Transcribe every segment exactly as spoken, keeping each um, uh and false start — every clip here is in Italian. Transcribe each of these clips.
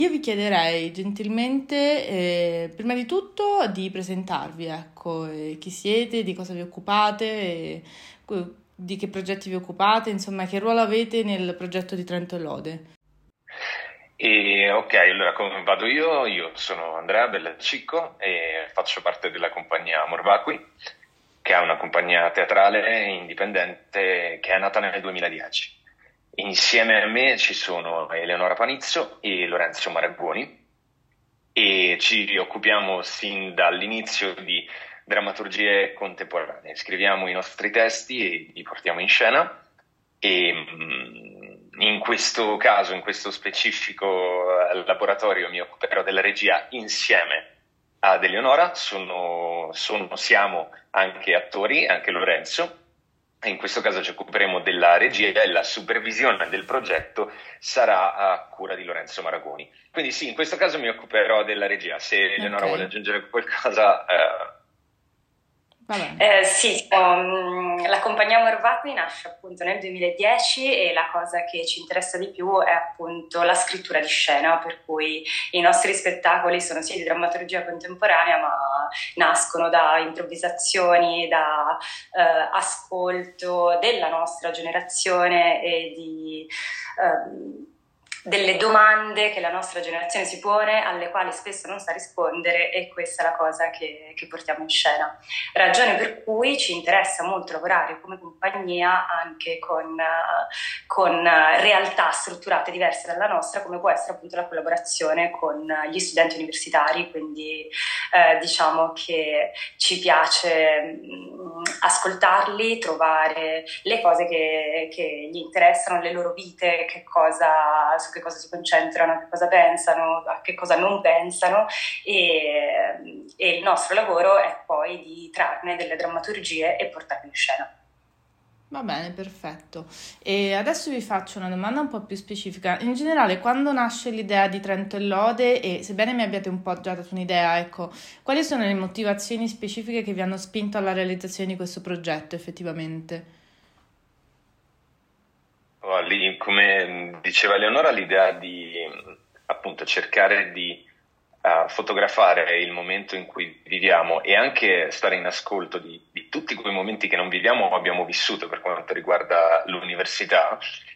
Io vi chiederei gentilmente, eh, prima di tutto, di presentarvi, ecco, eh, chi siete, di cosa vi occupate, e que- di che progetti vi occupate, insomma, che ruolo avete nel progetto di Trento e Lode. E, ok, allora come vado io? Io sono Andrea Bellaccicco e faccio parte della compagnia Morvacqui, che è una compagnia teatrale indipendente che è nata nel duemiladieci. Insieme a me ci sono Eleonora Panizzo e Lorenzo Maragoni e ci occupiamo sin dall'inizio di drammaturgie contemporanee. Scriviamo i nostri testi e li portiamo in scena e mh, in questo caso, in questo specifico eh, laboratorio, mi occuperò della regia insieme ad Eleonora. Sono, sono- siamo anche attori, anche Lorenzo, e in questo caso ci occuperemo della regia e la supervisione del progetto sarà a cura di Lorenzo Maragoni. Quindi sì, in questo caso mi occuperò della regia. Se Ok, Eleonora vuole aggiungere qualcosa, eh, va bene. Eh, sì, um, la compagnia Morvacqui nasce appunto nel duemiladieci e la cosa che ci interessa di più è appunto la scrittura di scena, per cui i nostri spettacoli sono sì di drammaturgia contemporanea, ma nascono da improvvisazioni, da eh, ascolto della nostra generazione e di... ehm, delle domande che la nostra generazione si pone, alle quali spesso non sa rispondere, e questa è la cosa che, che portiamo in scena. Ragione per cui ci interessa molto lavorare come compagnia anche con, uh, con uh, realtà strutturate diverse dalla nostra, come può essere appunto la collaborazione con gli studenti universitari, quindi uh, diciamo che ci piace mh, ascoltarli, trovare le cose che, che gli interessano, le loro vite, che cosa, su che cosa si concentrano, a che cosa pensano, a che cosa non pensano, e, e il nostro lavoro è poi di trarne delle drammaturgie e portarle in scena. Va bene, perfetto. E adesso vi faccio una domanda un po' più specifica. In generale, quando nasce l'idea di Trento e Lode, e sebbene mi abbiate un po' già dato un'idea, ecco, quali sono le motivazioni specifiche che vi hanno spinto alla realizzazione di questo progetto effettivamente? Oh, lì, come diceva Eleonora, l'idea di appunto cercare di uh, fotografare il momento in cui viviamo e anche stare in ascolto di, di tutti quei momenti che non viviamo o abbiamo vissuto per quanto riguarda l'università.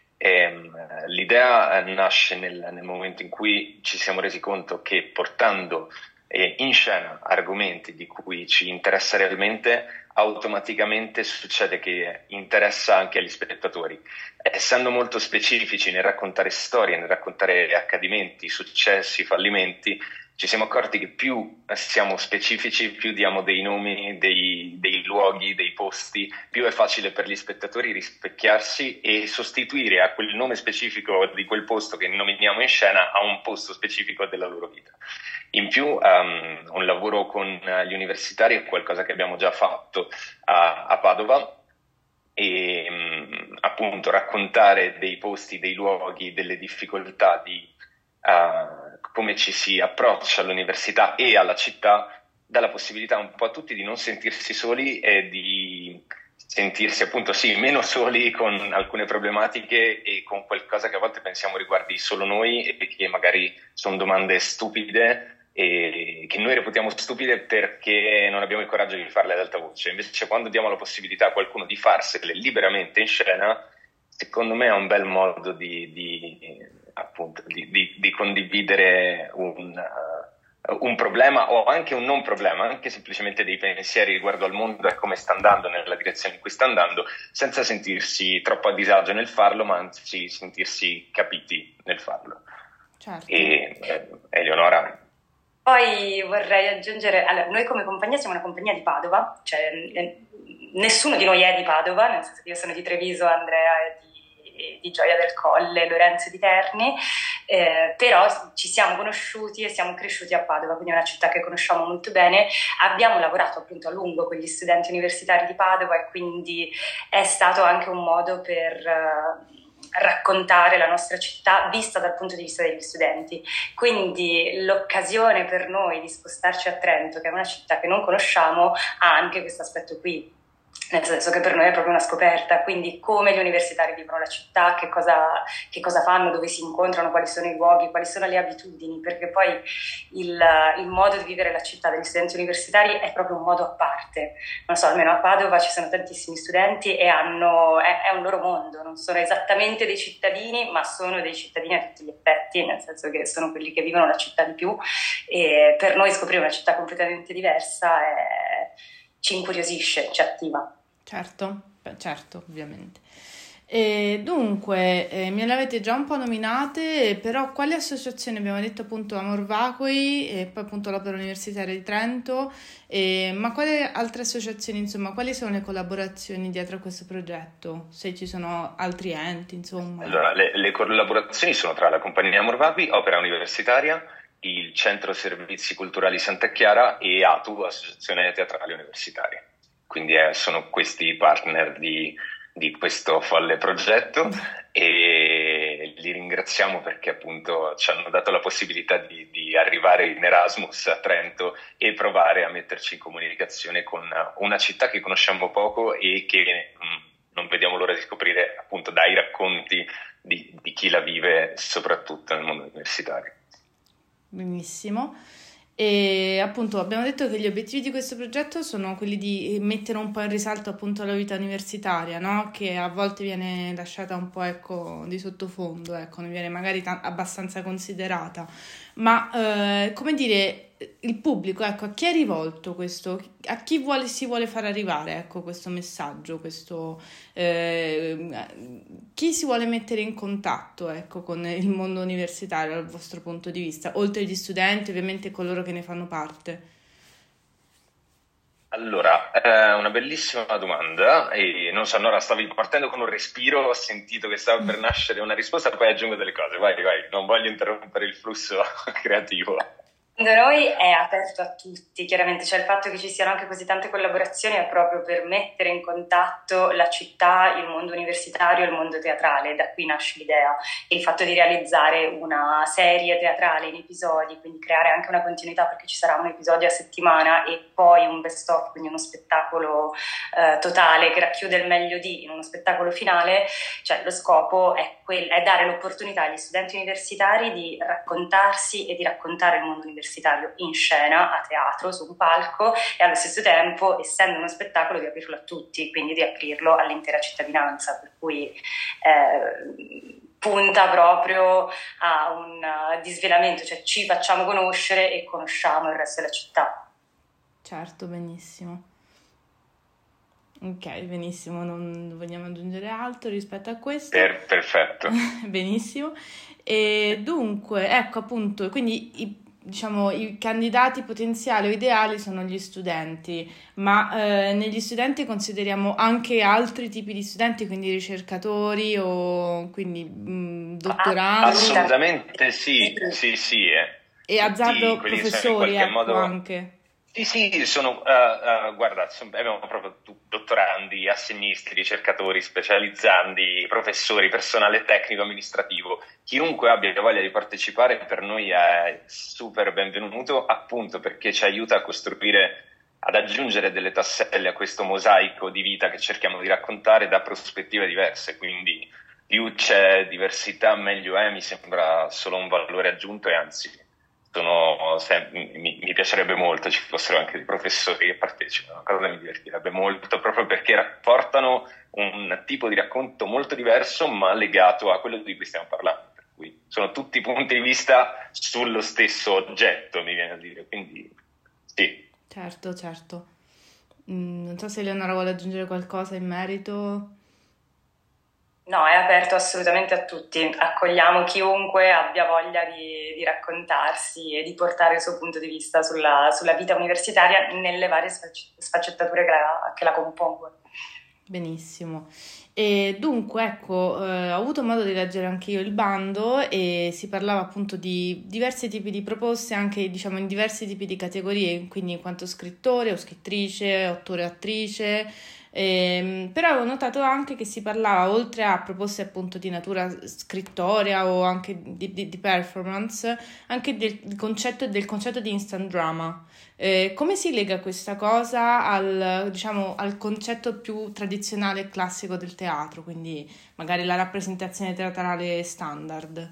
Ehm, l'idea eh, nasce nel, nel momento in cui ci siamo resi conto che portando eh, in scena argomenti di cui ci interessa realmente, automaticamente succede che interessa anche agli spettatori. Essendo molto specifici nel raccontare storie, nel raccontare accadimenti, successi, fallimenti, ci siamo accorti che più siamo specifici, più diamo dei nomi, dei, dei luoghi, dei posti, più è facile per gli spettatori rispecchiarsi e sostituire a quel nome specifico di quel posto che nominiamo in scena a un posto specifico della loro vita. In più, um, un lavoro con gli universitari è qualcosa che abbiamo già fatto a, a Padova, e mh, appunto raccontare dei posti, dei luoghi, delle difficoltà di uh, come ci si approccia all'università e alla città, dà la possibilità un po' a tutti di non sentirsi soli e di sentirsi appunto sì meno soli con alcune problematiche e con qualcosa che a volte pensiamo riguardi solo noi e che magari sono domande stupide e che noi reputiamo stupide perché non abbiamo il coraggio di farle ad alta voce. Invece quando diamo la possibilità a qualcuno di farsele liberamente in scena, secondo me è un bel modo di, di, appunto, di, di, di condividere un, uh, un problema o anche un non problema, anche semplicemente dei pensieri riguardo al mondo e come sta andando nella direzione in cui sta andando, senza sentirsi troppo a disagio nel farlo, ma anzi sentirsi capiti nel farlo. Certo. E eh, Eleonora... Poi vorrei aggiungere, allora, noi come compagnia siamo una compagnia di Padova, cioè eh, nessuno di noi è di Padova, nel senso che io sono di Treviso, Andrea è di, di Gioia del Colle, Lorenzo è di Terni, eh, però ci siamo conosciuti e siamo cresciuti a Padova, quindi è una città che conosciamo molto bene. Abbiamo lavorato appunto a lungo con gli studenti universitari di Padova e quindi è stato anche un modo per... Uh, raccontare la nostra città vista dal punto di vista degli studenti. Quindi l'occasione per noi di spostarci a Trento, che è una città che non conosciamo, ha anche questo aspetto qui. nel senso che per noi è proprio una scoperta, quindi come gli universitari vivono la città, che cosa, che cosa fanno, dove si incontrano, quali sono i luoghi, quali sono le abitudini, perché poi il, il modo di vivere la città degli studenti universitari è proprio un modo a parte. Non so, almeno a Padova ci sono tantissimi studenti e hanno, è, è un loro mondo, non sono esattamente dei cittadini, ma sono dei cittadini a tutti gli effetti, nel senso che sono quelli che vivono la città di più, e per noi scoprire una città completamente diversa è, ci incuriosisce, ci attiva. Certo, beh, certo, ovviamente. E dunque, eh, me le avete già un po' nominate, però quali associazioni? Abbiamo detto appunto Amor Vacui e poi appunto l'Opera Universitaria di Trento, eh, ma quali altre associazioni, insomma, quali sono le collaborazioni dietro a questo progetto? Se ci sono altri enti, insomma. Allora, le, le collaborazioni sono tra la Compagnia Amor Vacui, Opera Universitaria, il Centro Servizi Culturali Santa Chiara e A T U, Associazione Teatrale Universitaria. Quindi eh, sono questi i partner di, di questo folle progetto e li ringraziamo perché appunto ci hanno dato la possibilità di, di arrivare in Erasmus a Trento e provare a metterci in comunicazione con una città che conosciamo poco e che mh, non vediamo l'ora di scoprire appunto dai racconti di, di chi la vive, soprattutto nel mondo universitario. Benissimo. E appunto abbiamo detto che gli obiettivi di questo progetto sono quelli di mettere un po' in risalto appunto la vita universitaria, no? Che a volte viene lasciata un po', ecco, di sottofondo, ecco, non viene magari t- abbastanza considerata, ma eh, come dire, il pubblico, ecco, a chi è rivolto questo? A chi vuole, si vuole far arrivare, ecco, questo messaggio, questo eh, chi si vuole mettere in contatto, ecco, con il mondo universitario dal vostro punto di vista, oltre agli studenti, ovviamente coloro che ne fanno parte? Allora, è una bellissima domanda e non so, Nora, stavi partendo con un respiro, ho sentito che stava per nascere una risposta, poi aggiungo delle cose, vai, vai, non voglio interrompere il flusso creativo. Da noi è aperto a tutti, chiaramente, cioè il fatto che ci siano anche così tante collaborazioni è proprio per mettere in contatto la città, il mondo universitario e il mondo teatrale, da qui nasce l'idea. Il fatto di realizzare una serie teatrale in episodi, quindi creare anche una continuità perché ci sarà un episodio a settimana e poi un best-of, quindi uno spettacolo eh, totale che racchiude il meglio di in uno spettacolo finale, cioè lo scopo è, quel, è dare l'opportunità agli studenti universitari di raccontarsi e di raccontare il mondo universitario in scena, a teatro, su un palco e allo stesso tempo, essendo uno spettacolo, di aprirlo a tutti, quindi di aprirlo all'intera cittadinanza, per cui eh, punta proprio a un disvelamento, cioè ci facciamo conoscere e conosciamo il resto della città. Certo, benissimo. Ok, benissimo, non vogliamo aggiungere altro rispetto a questo. Per, perfetto. Benissimo. E dunque, ecco appunto, quindi i diciamo i candidati potenziali o ideali sono gli studenti, ma eh, negli studenti consideriamo anche altri tipi di studenti, quindi ricercatori o quindi mh, dottorandi. Assolutamente sì, sì, sì. Eh. E azzardo professori, ecco, modo... anche. Sì, sì, sono, uh, uh, guarda, abbiamo proprio dottorandi, assegnisti, ricercatori, specializzandi, professori, personale tecnico, amministrativo. Chiunque abbia voglia di partecipare per noi è super benvenuto, appunto perché ci aiuta a costruire, ad aggiungere delle tasselli a questo mosaico di vita che cerchiamo di raccontare da prospettive diverse, quindi più c'è diversità meglio è, mi sembra solo un valore aggiunto e anzi... Sono, se, mi, mi piacerebbe molto ci fossero anche dei professori che partecipano, una cosa mi divertirebbe molto proprio perché rapportano un tipo di racconto molto diverso ma legato a quello di cui stiamo parlando, per cui sono tutti punti di vista sullo stesso oggetto, mi viene a dire, quindi sì. Certo, certo. Mm, non so se Eleonora vuole aggiungere qualcosa in merito. No, è aperto assolutamente a tutti, accogliamo chiunque abbia voglia di, di raccontarsi e di portare il suo punto di vista sulla, sulla vita universitaria nelle varie sfaccettature che la, che la compongono. Benissimo. E dunque, ecco, eh, ho avuto modo di leggere anche io il bando e si parlava appunto di diversi tipi di proposte, anche diciamo in diversi tipi di categorie, quindi in quanto scrittore o scrittrice, autore o attrice, Ehm, però avevo notato anche che si parlava, oltre a proposte appunto di natura scrittoria o anche di, di, di performance, anche del concetto, del concetto di instant drama. Eh, come si lega questa cosa al, diciamo, al concetto più tradizionale e classico del teatro, quindi magari la rappresentazione teatrale standard?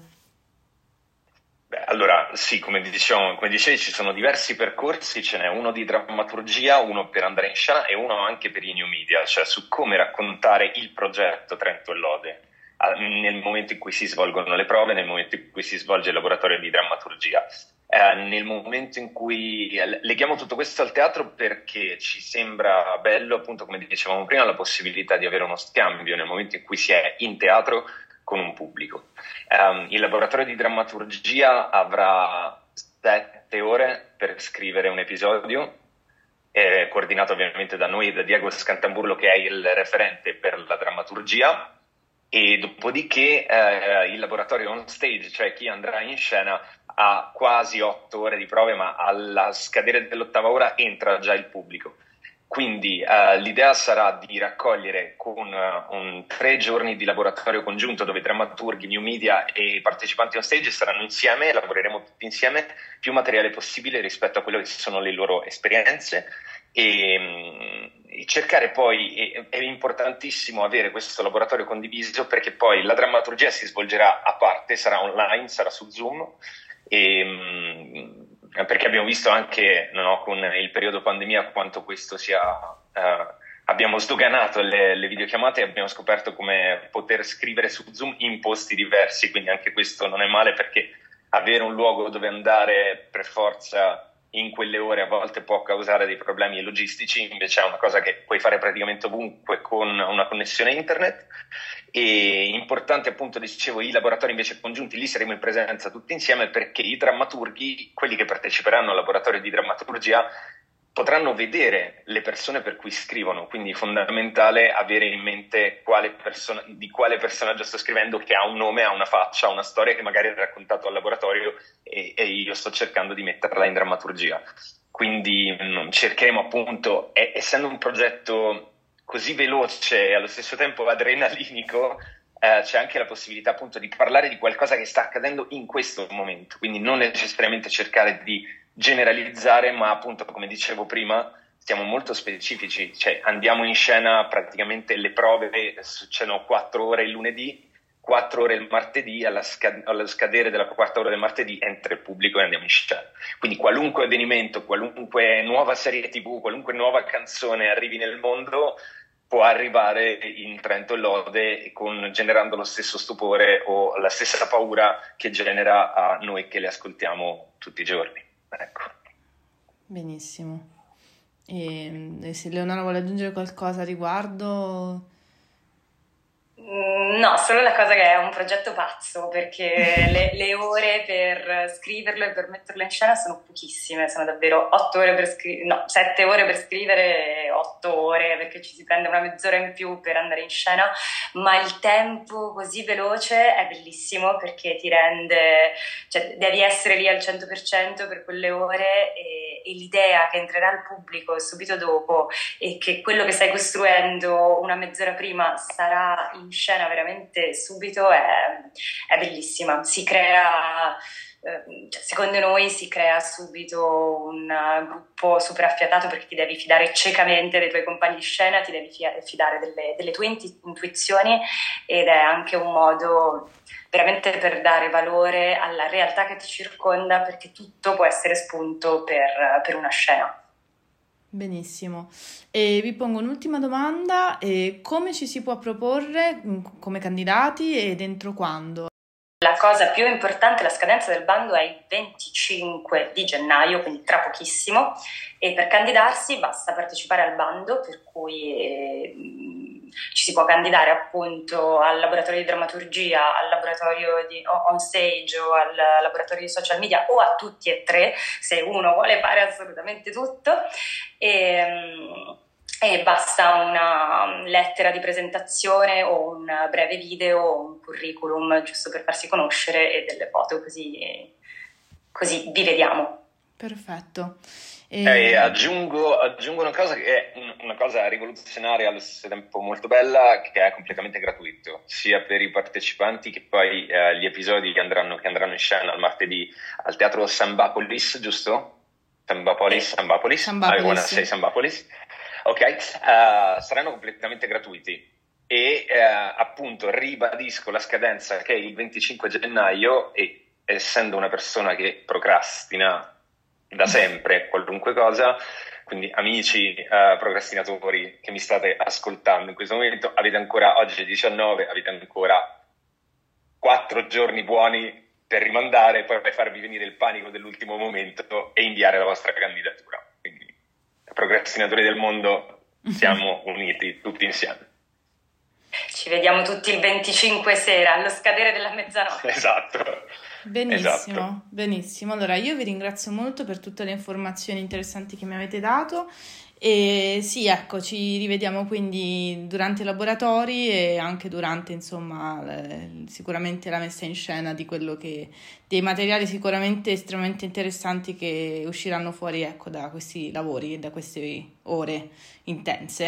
Beh, allora, sì, come diciamo, come dicevi, ci sono diversi percorsi, ce n'è uno di drammaturgia, uno per andare in scena e uno anche per i new media, cioè su come raccontare il progetto Trento e Lode nel momento in cui si svolgono le prove, nel momento in cui si svolge il laboratorio di drammaturgia. Eh, nel momento in cui leghiamo tutto questo al teatro perché ci sembra bello, appunto come dicevamo prima, la possibilità di avere uno scambio nel momento in cui si è in teatro con un pubblico. Um, il laboratorio di drammaturgia avrà sette ore per scrivere un episodio, eh, coordinato ovviamente da noi e da Diego Scantamburlo, che è il referente per la drammaturgia, e dopodiché eh, il laboratorio on stage, cioè chi andrà in scena, ha quasi otto ore di prove, ma alla scadere dell'ottava ora entra già il pubblico. Quindi uh, l'idea sarà di raccogliere con uh, un, tre giorni di laboratorio congiunto dove drammaturghi, new media e partecipanti on stage saranno insieme, lavoreremo tutti insieme, più materiale possibile rispetto a quello che sono le loro esperienze e, um, e cercare poi, è, è importantissimo avere questo laboratorio condiviso perché poi la drammaturgia si svolgerà a parte, sarà online, sarà su Zoom e... Um, perché abbiamo visto anche no, con il periodo pandemia quanto questo sia uh, abbiamo sdoganato le, le videochiamate e abbiamo scoperto come poter scrivere su Zoom in posti diversi, quindi anche questo non è male perché avere un luogo dove andare per forza in quelle ore a volte può causare dei problemi logistici, invece è una cosa che puoi fare praticamente ovunque con una connessione internet. E importante appunto, dicevo, i laboratori invece congiunti, lì saremo in presenza tutti insieme perché i drammaturghi, quelli che parteciperanno al laboratorio di drammaturgia, potranno vedere le persone per cui scrivono, quindi è fondamentale avere in mente quale persona, di quale personaggio sto scrivendo, che ha un nome, ha una faccia, ha una storia che magari è raccontato al laboratorio e, e io sto cercando di metterla in drammaturgia. Quindi mh, cercheremo appunto, e, essendo un progetto così veloce e allo stesso tempo adrenalinico, eh, c'è anche la possibilità appunto di parlare di qualcosa che sta accadendo in questo momento, quindi non necessariamente cercare di generalizzare, ma appunto come dicevo prima siamo molto specifici, cioè andiamo in scena praticamente le prove, succedono quattro ore il lunedì, quattro ore il martedì, alla scad- allo scadere della quarta ora del martedì entra il pubblico e andiamo in scena. Quindi qualunque avvenimento, qualunque nuova serie tivù, qualunque nuova canzone arrivi nel mondo può arrivare in Trento e Lode con, generando lo stesso stupore o la stessa paura che genera a noi che le ascoltiamo tutti i giorni. Ecco. Benissimo. E, e se Leonora vuole aggiungere qualcosa a riguardo? No, solo la cosa che è un progetto pazzo, perché le, le ore per scriverlo e per metterlo in scena sono pochissime, sono davvero otto ore per scrivere, no, sette ore per scrivere, otto ore perché ci si prende una mezz'ora in più per andare in scena, ma il tempo così veloce è bellissimo perché ti rende, cioè devi essere lì al cento per cento per quelle ore e, e l'idea che entrerà il pubblico subito dopo e che quello che stai costruendo una mezz'ora prima sarà in scena veramente subito è, è bellissima. Si crea, eh, cioè, secondo noi si crea subito un gruppo super affiatato perché ti devi fidare ciecamente dei tuoi compagni di scena, ti devi fidare delle, delle tue intuizioni ed è anche un modo veramente per dare valore alla realtà che ti circonda perché tutto può essere spunto per, per una scena. Benissimo. E vi pongo un'ultima domanda, e come ci si può proporre come candidati e dentro quando? La cosa più importante, la scadenza del bando è il venticinque di gennaio, quindi tra pochissimo, e per candidarsi basta partecipare al bando, per cui eh, ci si può candidare appunto al laboratorio di drammaturgia, al laboratorio di on stage o al laboratorio di social media o a tutti e tre, se uno vuole fare assolutamente tutto. E, e basta una lettera di presentazione o un breve video o un curriculum giusto per farsi conoscere e delle foto, così, così vi vediamo. Perfetto. E... Eh, aggiungo, aggiungo una cosa che è un- una cosa rivoluzionaria allo stesso tempo molto bella, che è completamente gratuito, sia per i partecipanti che poi eh, gli episodi che andranno, che andranno in scena il martedì al teatro Sambapolis, giusto? Sambapolis, Sambapolis, I wanna say Sambapolis. Sambapolis. Ok, eh, saranno completamente gratuiti. E eh, appunto ribadisco la scadenza che è il venticinque gennaio e essendo una persona che procrastina da sempre qualunque cosa, quindi amici eh, procrastinatori che mi state ascoltando in questo momento, avete ancora, oggi è diciannove, avete ancora quattro giorni buoni per rimandare, poi per farvi venire il panico dell'ultimo momento e inviare la vostra candidatura. Quindi, procrastinatori del mondo, siamo uniti tutti insieme. Ci vediamo tutti il venticinque sera, allo scadere della mezzanotte. Esatto. Benissimo, Esatto. benissimo. Allora io vi ringrazio molto per tutte le informazioni interessanti che mi avete dato e sì, ecco, ci rivediamo quindi durante i laboratori e anche durante, insomma, le- sicuramente la messa in scena di quello che, dei materiali sicuramente estremamente interessanti che usciranno fuori, ecco, da questi lavori e da queste ore intense.